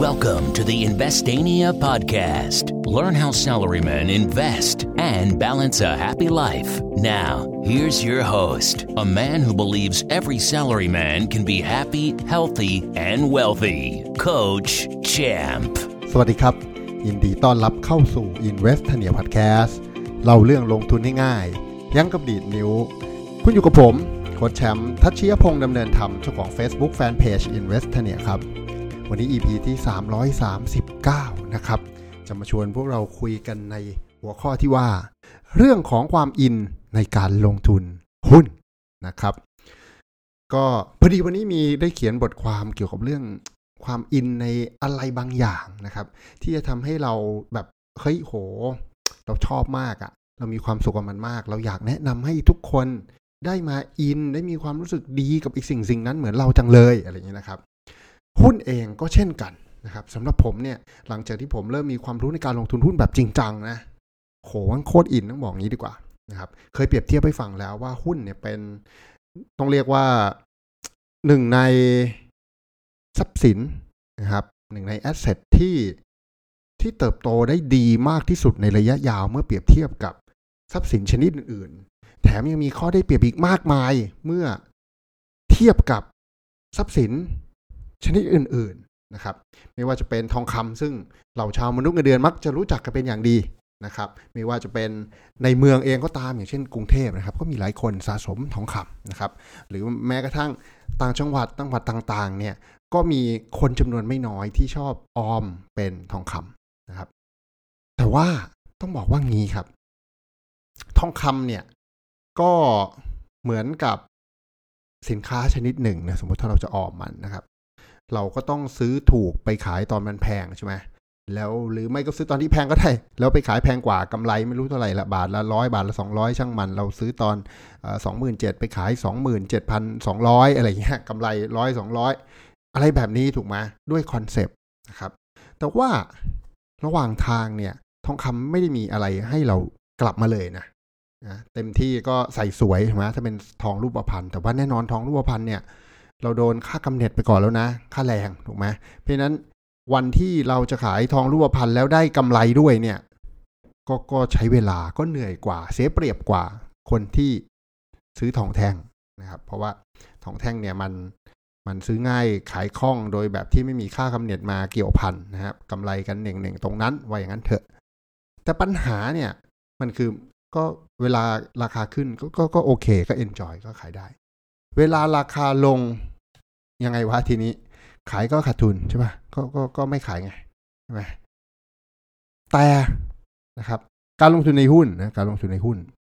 Welcome to the Investania podcast. Learn how salarymen invest and balance a happy life. Now, here's your host, a man who believes every salaryman can be happy, healthy, and wealthy, Coach Champ. สวัสดีครับยินดีต้อนรับเข้าสู่ Investania Podcast เล่าเรื่องลงทุนให้ง่ายยั้งกับดีดนิ้วคุณอยู่กับผมโค้ชแชมป์ทัชชียพงษ์ดำเนินธรรมเจ้าของ Facebook Fanpage Investania ครับวันนี้ EP ที่339นะครับจะมาชวนพวกเราคุยกันในหัวข้อที่ว่าเรื่องของความอินในการลงทุนหุ้นนะครับก็พอดีวันนี้มีได้เขียนบทความเกี่ยวกับเรื่องความอินในอะไรบางอย่างนะครับที่จะทำให้เราแบบเฮ้ยโหเราชอบมากอะเรามีความสุขกับมันมากเราอยากแนะนำให้ทุกคนได้มาอินได้มีความรู้สึกดีกับอีกสิ่งนั้นเหมือนเราจังเลยอะไรอย่างนี้นะครับหุ้นเองก็เช่นกันนะครับสำหรับผมเนี่ยหลังจากที่ผมเริ่มมีความรู้ในการลงทุนหุ้นแบบจริงจังนะโหมันโคตรอินต้องบอกงี้ดีกว่านะครับเคยเปรียบเทียบให้ฟังแล้วว่าหุ้นเนี่ยเป็นต้องเรียกว่าหนึ่งในทรัพย์สินนะครับหนึ่งในแอสเซทที่เติบโตได้ดีมากที่สุดในระยะยาวเมื่อเปรียบเทียบกับทรัพย์สินชนิดอื่นๆแถมยังมีข้อได้เปรียบอีกมากมายเมื่อเทียบกับทรัพย์สินชนิดอื่นๆนะครับไม่ว่าจะเป็นทองคำซึ่งเหล่าชาวมนุษย์เงินเดือนมักจะรู้จักกันเป็นอย่างดีนะครับไม่ว่าจะเป็นในเมืองเองก็ตามอย่างเช่นกรุงเทพนะครับก็มีหลายคนสะสมทองคำนะครับหรือแม้กระทั่งต่างจังหวัดต่างๆเนี่ยก็มีคนจำนวนไม่น้อยที่ชอบออมเป็นทองคำนะครับแต่ว่าต้องบอกว่างี้ครับทองคำเนี่ยก็เหมือนกับสินค้าชนิดหนึ่งนะสมมติถ้าเราจะออมมันนะครับเราก็ต้องซื้อถูกไปขายตอนมันแพงใช่ไหมแล้วหรือไม่ก็ซื้อตอนที่แพงก็ได้แล้วไปขายแพงกว่ากำไรไม่รู้เท่าไหร่ละบาทละ100บาทละ200ช่างมันเราซื้อตอน27,000ไปขาย 27,200 อะไรเงี้ยกำไร100 200อะไรแบบนี้ถูกไหมด้วยคอนเซปต์นะครับแต่ว่าระหว่างทางเนี่ยทองคำไม่ได้มีอะไรให้เรากลับมาเลยนะเต็มที่ก็ใส่สวยใช่ไหมถ้าเป็นทองรูปพรรณแต่ว่าแน่นอนทองรูปพรรณเนี่ยเราโดนค่ากำเนิดไปก่อนแล้วนะค่าแรงถูกไหมเพราะนั้นวันที่เราจะขายทองรูปพรรณแล้วได้กำไรด้วยเนี่ยก็ใช้เวลาก็เหนื่อยกว่าเสียเปรียบกว่าคนที่ซื้อทองแท่งนะครับเพราะว่าทองแท่งเนี่ยมันซื้อง่ายขายคล่องโดยแบบที่ไม่มีค่ากำเนิดมาเกี่ยวพันนะครับกำไรกันเน่งๆตรงนั้นว่าอย่างนั้นเถอะแต่ปัญหาเนี่ยมันคือก็เวลาราคาขึ้นก็โอเคก็เอนจอยก็ขายได้เวลาราคาลงยังไงวะทีนี้ขายก็ขาดทุนใช่ป่ะก็ไม่ขายไงใช่ไหมแต่นะครับการลงทุนในหุ้นนะการลงทุนในหุ้น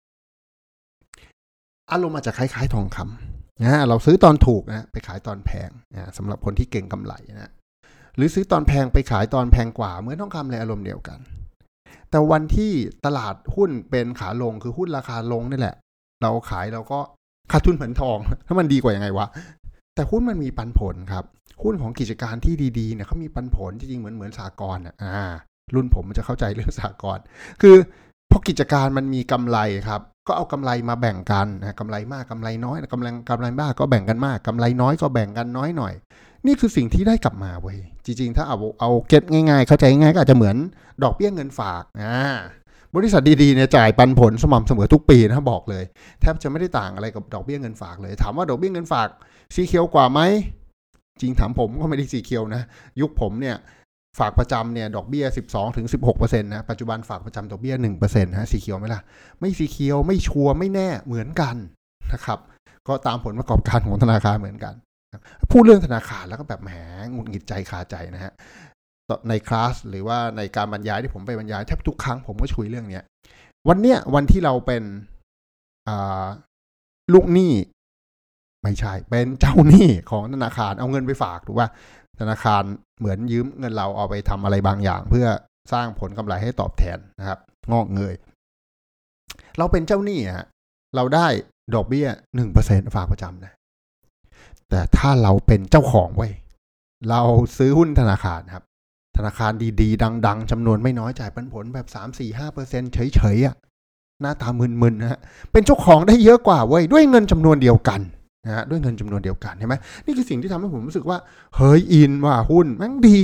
อารมณ์อาจจะคล้ายๆทองคำนะเราซื้อตอนถูกนะไปขายตอนแพงนะสำหรับคนที่เก่งกำไรนะหรือซื้อตอนแพงไปขายตอนแพงกว่าเหมือนทองคำเลยอารมณ์เดียวกันแต่วันที่ตลาดหุ้นเป็นขาลงคือหุ้นราคาลงนี่แหละเราขายเราก็ขาดทุนเหมือนทองถ้ามันดีกว่ายังไงวะแต่หุ้นมันมีปันผลครับหุ้นของกิจการที่ดีๆเนี่ยเขามีปันผลจริงๆเหมือนสหกรณ์รุ่นผมมันจะเข้าใจเรื่องสหกรณ์คือพอกิจการมันมีกำไรครับก็เอากำไรมาแบ่งกันนะกำไรมากกำไรน้อยกำไรมากก็แบ่งกันมากกำไรน้อยก็แบ่งกันน้อยหน่อยนี่คือสิ่งที่ได้กลับมาเว้ยจริงๆถ้าเอาเก็ตง่ายๆเข้าใจง่ายก็อาจจะเหมือนดอกเบี้ยเงินฝากบริษัทดีๆเนี่ยจ่ายปันผลสม่ำเสมอทุกปีนะบอกเลยแทบจะไม่ได้ต่างอะไรกับดอกเบี้ยเงินฝากเลยถามว่าดอกเบี้ยเงินฝากสีเขียวกว่าไหมจริงถามผมก็ไม่ได้สีเขียวนะยุคผมเนี่ยฝากประจำเนี่ยดอกเบี้ย 12-16% นะปัจจุบันฝากประจำดอกเบี้ย 1% นะสีเขียวไหมล่ะไม่สีเขียวไม่ชัวร์ไม่แน่เหมือนกันนะครับก็ตามผลประกอบการของธนาคารเหมือนกันพูดเรื่องธนาคารแล้วก็แบบแหมหงุดหงิดใจคาใจนะฮะในคลาสหรือว่าในการบรรยายที่ผมไปบรรยายแทบทุกครั้งผมก็คุยเรื่องนี้วันที่เราเป็นลูกหนี้ไม่ใช่เป็นเจ้าหนี้ของธนาคารเอาเงินไปฝากถูกป่ะธนาคารเหมือนยืมเงินเราเอาไปทำอะไรบางอย่างเพื่อสร้างผลกำไรให้ตอบแทนนะครับงอกเงยเราเป็นเจ้าหนี้ฮะเราได้ดอกเบี้ย 1% ฝากประจำนะแต่ถ้าเราเป็นเจ้าของไว้เราซื้อหุ้นธนาคารครับธนาคารดีๆดังๆจำนวนไม่น้อยจ่ายปันผลแบบ 3-4-5% เฉยๆหน้าตามึนๆนะฮะเป็นเจ้าของได้เยอะกว่าเว้ยด้วยเงินจำนวนเดียวกันนะฮะด้วยเงินจำนวนเดียวกันใช่ไหมนี่คือสิ่งที่ทำให้ผมรู้สึกว่าเฮ้ยอินว่าหุ้นแม่งดี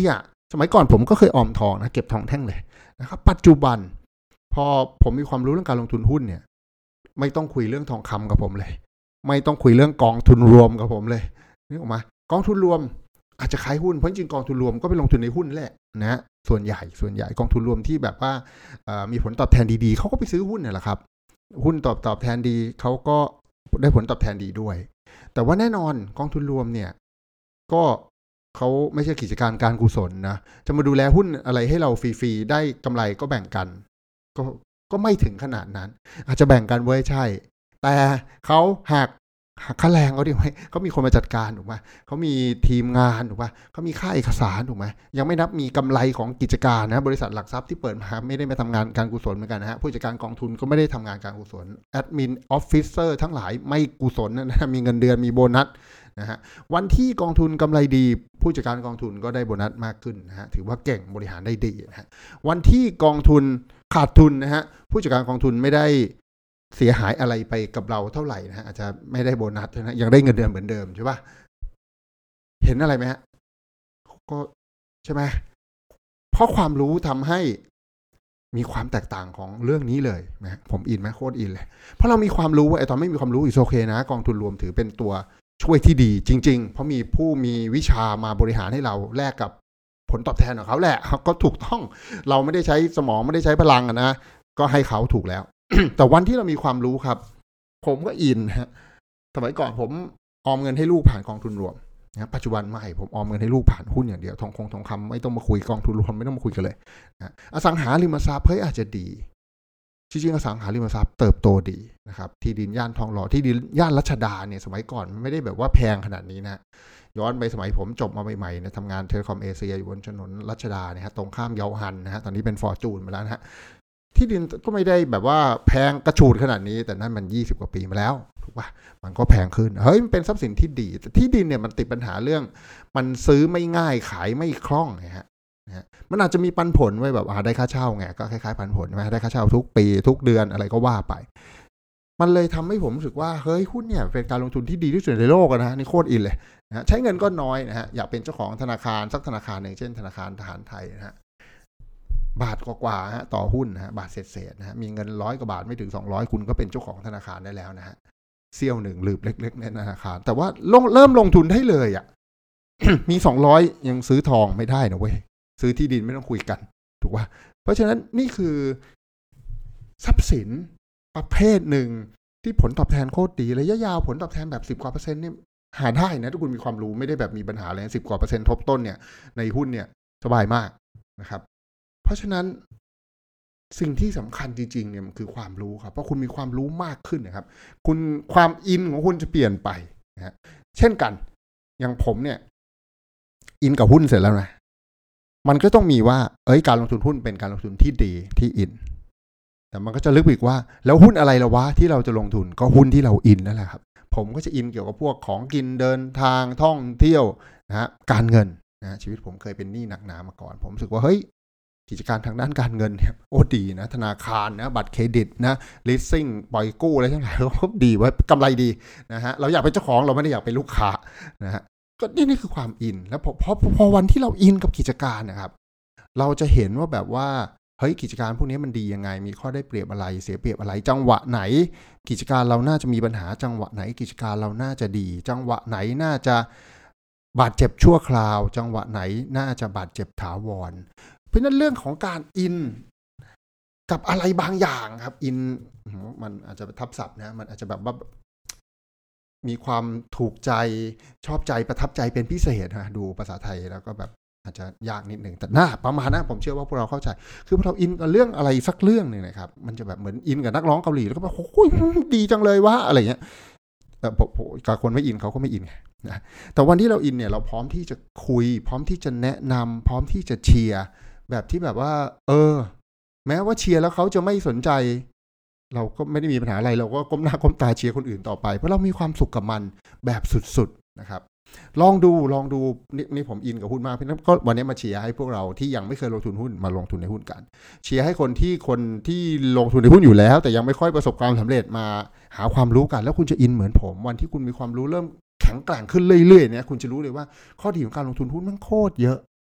สมัยก่อนผมก็เคยออมทองนะเก็บทองแท่งเลยนะครับปัจจุบันพอผมมีความรู้เรื่องการลงทุนหุ้นเนี่ยไม่ต้องคุยเรื่องทองคำกับผมเลยไม่ต้องคุยเรื่องกองทุนรวมกับผมเลยนึกออกมากองทุนรวมอาจจะขายหุ้นเพราะจริงกองทุนรวมก็ไปลงทุนในหุ้นแหละนะส่วนใหญ่กองทุนรวมที่แบบว่ามีผลตอบแทนดีๆเขาก็ไปซื้อหุ้นเนี่ยแหละครับหุ้นตอบแทนดีเขาก็ได้ผลตอบแทนดีด้วยแต่ว่าแน่นอนกองทุนรวมเนี่ยก็เขาไม่ใช่กิจการกุศลนะจะมาดูแลหุ้นอะไรให้เราฟรีๆได้กำไรก็แบ่งกันก็ไม่ถึงขนาดนั้นอาจจะแบ่งกันไว้ใช่แต่เขาหักค่าแรงเขาดีไหมเขามีคนมาจัดการถูกไหมเขามีทีมงานถูกไหมเขามีค่าเอกสารถูกไหมยังไม่นับมีกำไรของกิจการนะบริษัทหลักทรัพย์ที่เปิดมาไม่ได้มาทำงานการกุศลเหมือนกันนะฮะผู้จัดการกองทุนก็ไม่ได้ทำงานการกุศลแอดมินออฟฟิเซอร์ทั้งหลายไม่กุศลนะมีเงินเดือนมีโบนัสนะฮะวันที่กองทุนกำไรดีผู้จัดการกองทุนก็ได้โบนัสมากขึ้นนะฮะถือว่าเก่งบริหารได้ดีนะฮะวันที่กองทุนขาดทุนนะฮะผู้จัดการกองทุนไม่ได้เสียหายอะไรไปกับเราเท่าไหร่นะฮะอาจจะไม่ได้โบนัสนะยังได้เงินเดือนเหมือนเดิมใช่ป่ะเห็นอะไรไหมฮะก็ใช่ไหมเพราะความรู้ทำให้มีความแตกต่างของเรื่องนี้เลยนะผมอินไหมโคตรอินเลยเพราะเรามีความรู้ว่าไอ้ตอนไม่มีความรู้อีกโอเคนะกองทุนรวมถือเป็นตัวช่วยที่ดีจริงๆเพราะมีผู้มีวิชามาบริหารให้เราแลกกับผลตอบแทนของเขาแหละก็ถูกต้องเราไม่ได้ใช้สมองไม่ได้ใช้พลังนะก็ให้เขาถูกแล้ว แต่วันที่เรามีความรู้ครับผมก็อินฮะสมัยก่อนผมออมเงินให้ลูกผ่านกองทุนรวมนะปัจจุบันไม่ผมออมเงินให้ลูกผ่านหุ้นอย่างเดียวทองคำไม่ต้องมาคุยกองทุนรวมไม่ต้องมาคุยกันเลยนะอสังหาริมทรัพย์เฮ้ยอาจจะดีจริงๆอสังหาริมทรัพย์เติบโตดีนะครับที่ดินย่านทองหล่อที่ดินย่านรัชดาเนี่ยสมัยก่อนไม่ได้แบบว่าแพงขนาดนี้นะย้อนไปสมัยผมจบมาใหม่ๆนะทำงานเทเลคอมเอเชียอยู่บนถนนรัชดาเนี่ยฮะตรงข้ามเยาวหันนะฮะตอนนี้เป็นฟอร์จูนมาแล้วนะฮะที่ดินก็ไม่ได้แบบว่าแพงกระฉูดขนาดนี้แต่นั่นมัน20 กว่าปีมาแล้วถูกป่ะมันก็แพงขึ้นเฮ้ยมันเป็นทรัพย์สินที่ดีแต่ที่ดินเนี่ยมันติดปัญหาเรื่องมันซื้อไม่ง่ายขายไม่คล่องนะฮะมันอาจจะมีปันผลไว้แบบได้ค่าเช่าไงก็คล้ายๆปันผลใช่ไหมได้ค่าเช่าทุกปีทุกเดือนอะไรก็ว่าไปมันเลยทำให้ผมรู้สึกว่าเฮ้ยหุ้นเนี่ยเป็นการลงทุนที่ดีที่สุดในโลกนะนี่โคตรอินเลยนะใช้เงินก็น้อยนะฮะอยากเป็นเจ้าของธนาคารสักธนาคารหนึ่งเช่นธนาคารทหารไทยนะฮะบาทกว่าๆฮะต่อหุ้นนะฮะบาทเศษๆนะฮะมีเงิน100 กว่าบาทไม่ถึง200คุณก็เป็นเจ้าของธนาคารได้แล้วนะฮะเสี้ยวหนึ่งหลืบเล็กๆในธนาคารแต่ว่าเริ่มลงทุนได้เลยอ่ะ มี200ยังซื้อทองไม่ได้นะเว้ยซื้อที่ดินไม่ต้องคุยกันถูกป่ะเพราะฉะนั้นนี่คือทรัพย์สินประเภทหนึ่งที่ผลตอบแทนโคตรดีระยะยาวผลตอบแทนแบบ10 กว่า%เนี่ยหาได้นะถ้าคุณมีความรู้ไม่ได้แบบมีปัญหาอะไร10 กว่า%ทบต้นเนี่ยในหุ้นเนี่ยสบายมากนะครับเพราะฉะนั้นสิ่งที่สำคัญจริงๆเนี่ยมันคือความรู้ครับเพราะคุณมีความรู้มากขึ้นนะครับคุณความอินของคุณจะเปลี่ยนไปนะฮะเช่นกันอย่างผมเนี่ยอินกับหุ้นเสร็จแล้วนะมันก็ต้องมีว่าการลงทุนหุ้นเป็นการลงทุนที่ดีที่อินแต่มันก็จะลึกอีกว่าแล้วหุ้นอะไรละวะที่เราจะลงทุนก็หุ้นที่เราอินนั่นแหละครับผมก็จะอินเกี่ยวกับพวกของกินเดินทางท่องเที่ยวนะฮะการเงินนะชีวิตผมเคยเป็นหนี้หนักหนามาก่อนผมรู้สึกว่าเฮ้ยกิจการทางด้านการเงินเนี่ยโอ้ดีนะธนาคารนะบัตรเครดิตนะลิสซิ่งปล่อยกู้อะไรทั้งหลายก็ดีไว้กำไรดีนะฮะเราอยากเป็นเจ้าของเราไม่ได้อยากเป็นลูกค้านะฮะก็นี่คือความอินแล้วพอวันที่เราอินกับกิจการนะครับเราจะเห็นว่าแบบว่าเฮ้ยกิจการพวกนี้มันดียังไงมีข้อได้เปรียบอะไรเสียเปรียบอะไรจังหวะไหนกิจการเราน่าจะมีปัญหาจังหวะไหนกิจการเราน่าจะดีจังหวะไหนน่าจะบาดเจ็บชั่วคราวจังหวะไหนน่าจะบาดเจ็บถาวรเพราะนั้นเรื่องของการอินกับอะไรบางอย่างครับอินมันอาจจะทับศัพท์นะมันอาจจะแบบว่ามีความถูกใจชอบใจประทับใจเป็นพิเศษนะดูภาษาไทยแล้วก็แบบอาจจะยากนิดหนึ่งแต่น่าประมาณนะผมเชื่อว่าพวกเราเข้าใจคือพอเราอินกับเรื่องอะไรสักเรื่องนึงนะครับมันจะแบบเหมือนอินกับนักร้องเกาหลีแล้วก็แบบโอ้ยดีจังเลยวะอะไรเงี้ยแต่กับคนไม่อินเขาก็ไม่อินนะแต่วันที่เราอินเนี่ยเราพร้อมที่จะคุยพร้อมที่จะแนะนำพร้อมที่จะเชียร์แบบที่แบบว่าแม้ว่าเชียร์แล้วเขาจะไม่สนใจเราก็ไม่ได้มีปัญหาอะไรเราก็ก้มหน้าก้มตาเชียร์คนอื่นต่อไปเพราะเรามีความสุขกับมันแบบสุดๆนะครับลองดูนี่ผมอินกับหุ้นมากเพราะนั้นก็วันนี้มาเชียร์ให้พวกเราที่ยังไม่เคยลงทุนหุ้นมาลงทุนในหุ้นกันเชียร์ให้คนที่ลงทุนในหุ้นอยู่แล้วแต่ยังไม่ค่อยประสบความสำเร็จมาหาความรู้กันแล้วคุณจะอินเหมือนผมวันที่คุณมีความรู้เริ่มแข็งแกร่งขึ้นเรื่อยๆเนี่ยคุณจะรู้เลยว่าข้อดีของการลงทุนหุ้นมันโคตรเยอะโค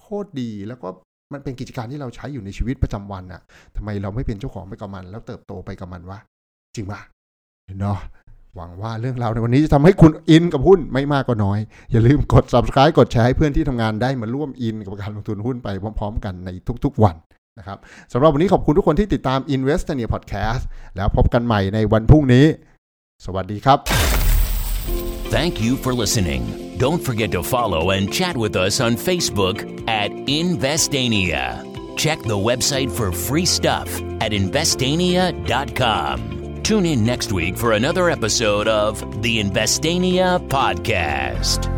คตรดีแล้วก็มันเป็นกิจการที่เราใช้อยู่ในชีวิตประจำวันน่ะทำไมเราไม่เป็นเจ้าของไปกับมันแล้วเติบโตไปกับมันวะจริงป่ะเนาะหวังว่าเรื่องราวในวันนี้จะทำให้คุณอินกับหุ้นไม่มากก็น้อยอย่าลืมกด Subscribe กดแชร์ให้เพื่อนที่ทำงานได้มาร่วมอินกับการลงทุนหุ้นไปพร้อมๆกันในทุกๆวันนะครับสำหรับวันนี้ขอบคุณทุกคนที่ติดตาม Investania Podcast แล้วพบกันใหม่ในวันพรุ่งนี้สวัสดีครับ Thank you for listening. Don't forget to follow and chat with us on Facebook at Investania. Check the website for free stuff at investania.com. Tune in next week for another episode of the Investania Podcast.